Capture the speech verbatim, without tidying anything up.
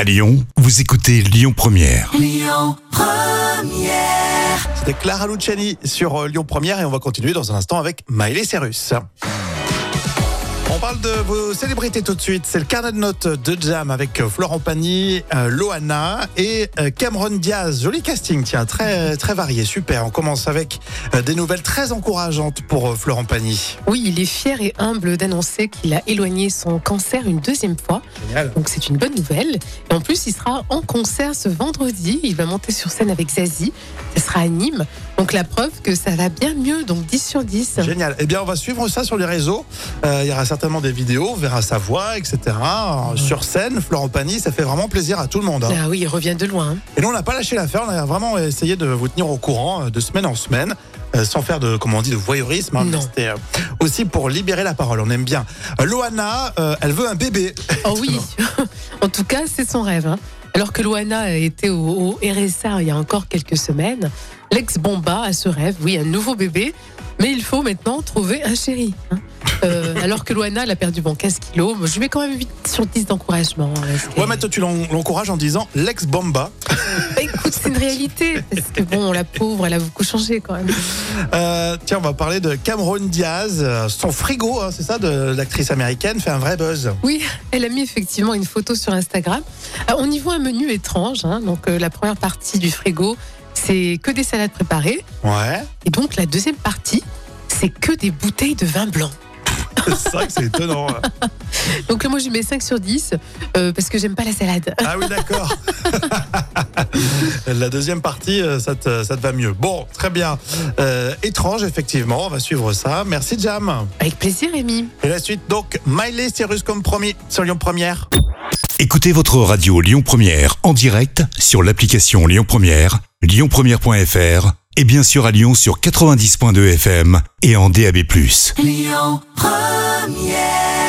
À Lyon, vous écoutez Lyon Première. Lyon Première. C'était Clara Luciani sur Lyon Première et on va continuer dans un instant avec Miley Cyrus. On parle de vos célébrités tout de suite. C'est le carnet de notes de Jam avec Florent Pagny, euh, Loana et euh, Cameron Diaz. Joli casting, tiens, très, très varié, super. On commence avec euh, des nouvelles très encourageantes pour euh, Florent Pagny. Oui, il est fier et humble d'annoncer qu'il a éloigné son cancer une deuxième fois. Génial. Donc c'est une bonne nouvelle. Et en plus, il sera en concert ce vendredi. Il va monter sur scène avec Zazie. Ce sera à Nîmes. Donc la preuve que ça va bien mieux. Donc dix sur dix. Génial. Eh bien, on va suivre ça sur les réseaux. Euh, il y aura certainement des vidéos, on verra sa voix, et cetera. Sur scène, Florent Pagny, ça fait vraiment plaisir à tout le monde. Hein. Ah oui, il revient de loin. Et nous, on n'a pas lâché l'affaire. On a vraiment essayé de vous tenir au courant de semaine en semaine. Euh, sans faire de, comment on dit, de voyeurisme. Hein, mais c'était euh, aussi pour libérer la parole. On aime bien. Euh, Loana, euh, elle veut un bébé. Oh oui. En tout cas, c'est son rêve. Hein. Alors que Loana était au, au R S A il y a encore quelques semaines, l'ex-Bomba a ce rêve, oui, un nouveau bébé. Mais il faut maintenant trouver un chéri. Hein. Euh, alors que Loana, elle a perdu bon, quinze kilos. Je lui mets quand même huit sur dix d'encouragement. Ouais, mais toi, tu l'encourages en disant l'ex-Bomba. Bah, écoute, c'est une réalité. Parce que bon, la pauvre, elle a beaucoup changé quand même. Euh, tiens, on va parler de Cameron Diaz. Son frigo, hein, c'est ça, de l'actrice américaine, fait un vrai buzz. Oui, elle a mis effectivement une photo sur Instagram. Alors, on y voit un menu étrange. Hein. Donc, euh, la première partie du frigo, c'est que des salades préparées. Ouais. Et donc, la deuxième partie, c'est que des bouteilles de vin blanc. C'est vrai que c'est étonnant. Donc, là, moi, je lui mets cinq sur dix euh, parce que j'aime pas la salade. Ah oui, d'accord. La deuxième partie, ça te, ça te va mieux. Bon, très bien. Euh, étrange, effectivement. On va suivre ça. Merci, Jam. Avec plaisir, Rémi. Et la suite, donc, Miley Cyrus comme promis sur Lyon Première. Écoutez votre radio Lyon Première en direct sur l'application Lyon Première, lyon première point f r et bien sûr à Lyon sur quatre-vingt-dix point deux F M et en D A B plus. Lyon Première.